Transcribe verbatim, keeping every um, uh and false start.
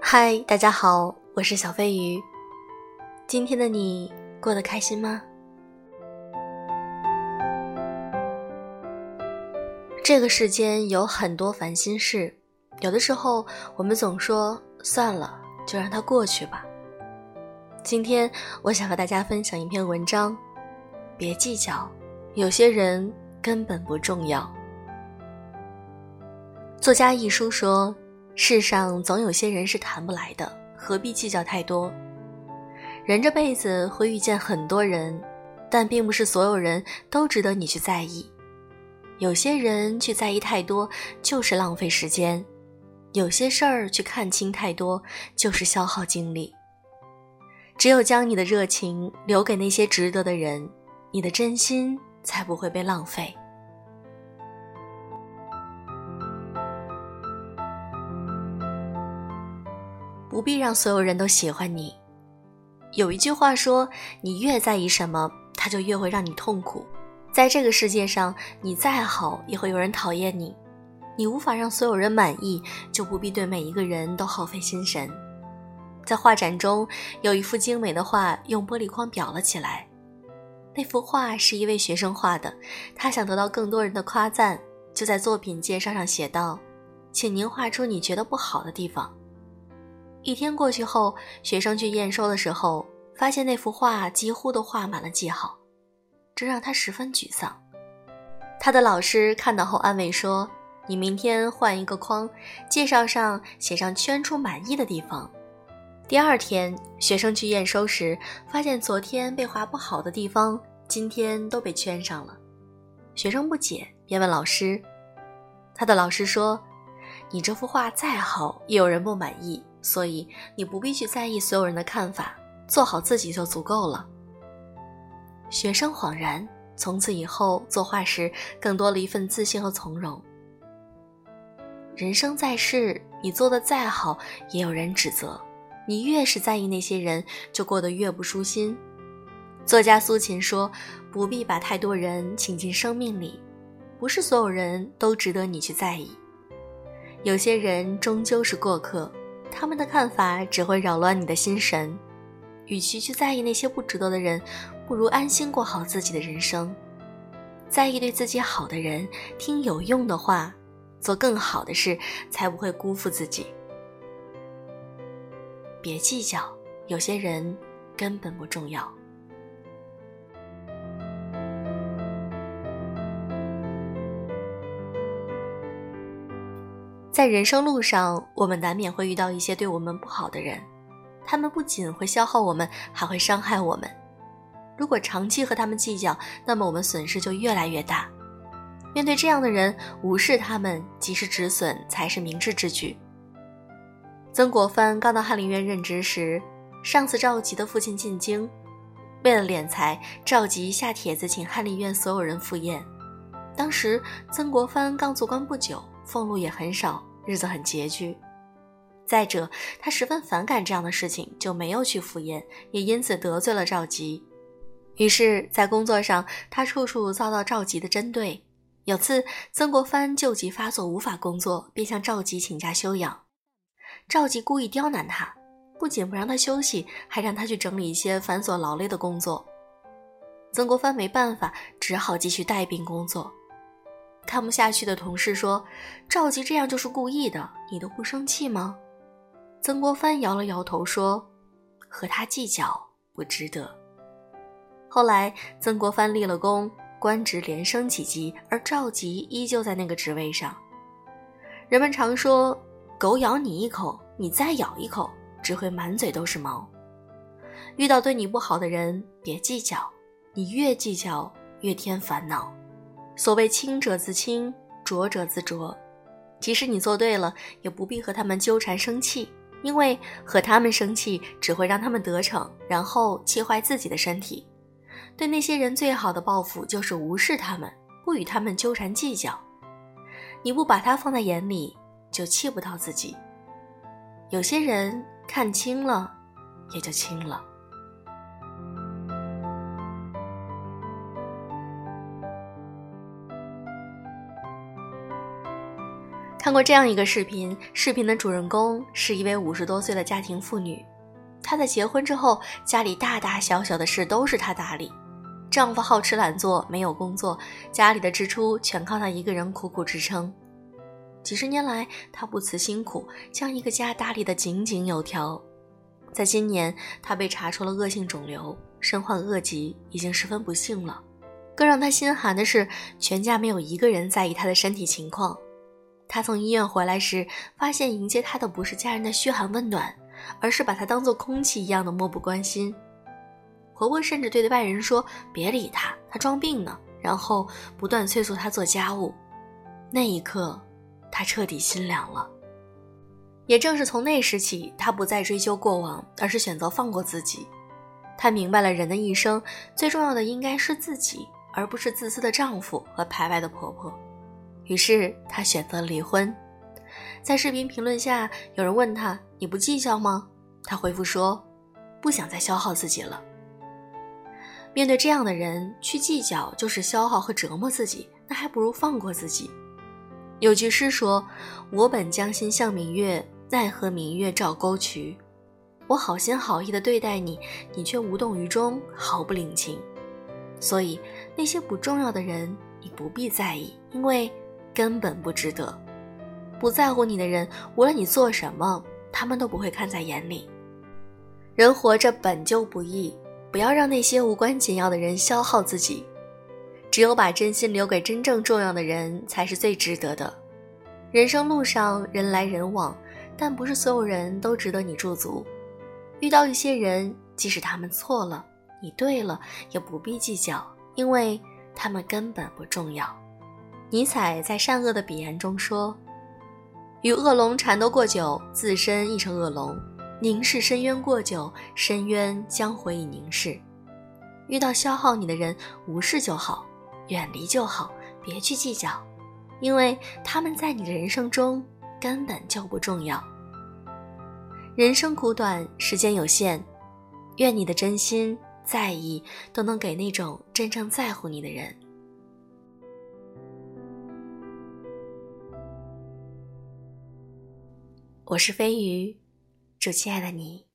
嗨，大家好，我是小飞鱼。今天的你过得开心吗？这个世间有很多烦心事，有的时候我们总说算了，就让它过去吧。今天我想和大家分享一篇文章，别计较，有些人根本不重要。作家一书说，世上总有些人是谈不来的，何必计较太多。人这辈子会遇见很多人，但并不是所有人都值得你去在意。有些人去在意太多就是浪费时间，有些事儿去看清太多就是消耗精力。只有将你的热情留给那些值得的人，你的真心才不会被浪费。不必让所有人都喜欢你。有一句话说，你越在意什么，它就越会让你痛苦。在这个世界上，你再好也会有人讨厌你。你无法让所有人满意，就不必对每一个人都耗费心神。在画展中，有一幅精美的画用玻璃框裱了起来。那幅画是一位学生画的，他想得到更多人的夸赞，就在作品介绍上写道：请您画出你觉得不好的地方。一天过去后，学生去验收的时候，发现那幅画几乎都画满了记号，这让他十分沮丧。他的老师看到后安慰说，你明天换一个框，介绍上写上圈出满意的地方。第二天，学生去验收时，发现昨天被画不好的地方，今天都被圈上了。学生不解，便问老师。他的老师说，你这幅画再好，也有人不满意，所以你不必去在意所有人的看法，做好自己就足够了。学生恍然，从此以后作画时更多了一份自信和从容。人生在世，你做得再好，也有人指责。你越是在意那些人，就过得越不舒心。作家苏秦说，不必把太多人请进生命里，不是所有人都值得你去在意。有些人终究是过客，他们的看法只会扰乱你的心神。与其去在意那些不值得的人，不如安心过好自己的人生。在意对自己好的人，听有用的话，做更好的事，才不会辜负自己。别计较，有些人根本不重要。在人生路上，我们难免会遇到一些对我们不好的人，他们不仅会消耗我们，还会伤害我们。如果长期和他们计较，那么我们损失就越来越大。面对这样的人，无视他们，及时止损才是明智之举。曾国藩刚到翰林院任职时，上司赵佶的父亲进京，为了敛财，赵佶下帖子请翰林院所有人赴宴。当时曾国藩刚做官不久，俸禄也很少，日子很拮据。再者，他十分反感这样的事情，就没有去赴宴，也因此得罪了赵佶。于是在工作上，他处处遭到赵佶的针对。有次曾国藩旧疾发作，无法工作，便向赵佶请假休养。赵佶故意刁难他，不仅不让他休息，还让他去整理一些繁琐劳累的工作。曾国藩没办法，只好继续带病工作。看不下去的同事说，赵佶这样就是故意的，你都不生气吗？曾国藩摇了摇头说，和他计较不值得。后来曾国藩立了功，官职连升几级，而赵佶依旧在那个职位上。人们常说，狗咬你一口，你再咬一口，只会满嘴都是毛。遇到对你不好的人，别计较，你越计较越添烦恼。所谓清者自清，浊者自浊。即使你做对了，也不必和他们纠缠生气，因为和他们生气只会让他们得逞，然后气坏自己的身体。对那些人最好的报复就是无视他们，不与他们纠缠计较。你不把他放在眼里，就气不到自己。有些人看清了，也就清了。 看过这样一个视频，视频的主人公是一位五十多岁的家庭妇女，她在结婚之后，家里大大小小的事都是她打理，丈夫好吃懒做，没有工作，家里的支出全靠她一个人苦苦支撑。几十年来，她不辞辛苦，将一个家打理得井井有条。在今年，她被查出了恶性肿瘤，身患恶疾，已经十分不幸了。更让她心寒的是，全家没有一个人在意她的身体情况。她从医院回来时，发现迎接她的不是家人的嘘寒问暖，而是把她当作空气一样的漠不关心。婆婆甚至对外人说别理她，她装病呢，然后不断催促她做家务。那一刻，她彻底心凉了。也正是从那时起，她不再追究过往，而是选择放过自己。她明白了人的一生，最重要的应该是自己，而不是自私的丈夫和排外的婆婆。于是她选择离婚。在视频评论下，有人问她，你不计较吗？她回复说，不想再消耗自己了。面对这样的人，去计较就是消耗和折磨自己，那还不如放过自己。有句诗说，我本将心向明月，奈何明月照沟渠。我好心好意地对待你，你却无动于衷，毫不领情。所以那些不重要的人你不必在意，因为根本不值得。不在乎你的人，无论你做什么，他们都不会看在眼里。人活着本就不易，不要让那些无关紧要的人消耗自己。只有把真心留给真正重要的人，才是最值得的。人生路上人来人往，但不是所有人都值得你驻足。遇到一些人，即使他们错了，你对了，也不必计较，因为他们根本不重要。尼采在《善恶的彼岸》中说，与恶龙缠斗过久，自身亦成恶龙，凝视深渊过久，深渊将回以凝视。遇到消耗你的人，无视就好，远离就好，别去计较，因为他们在你的人生中根本就不重要。人生苦短，时间有限，愿你的真心在意都能给那种真正在乎你的人。我是飞鱼，祝亲爱的你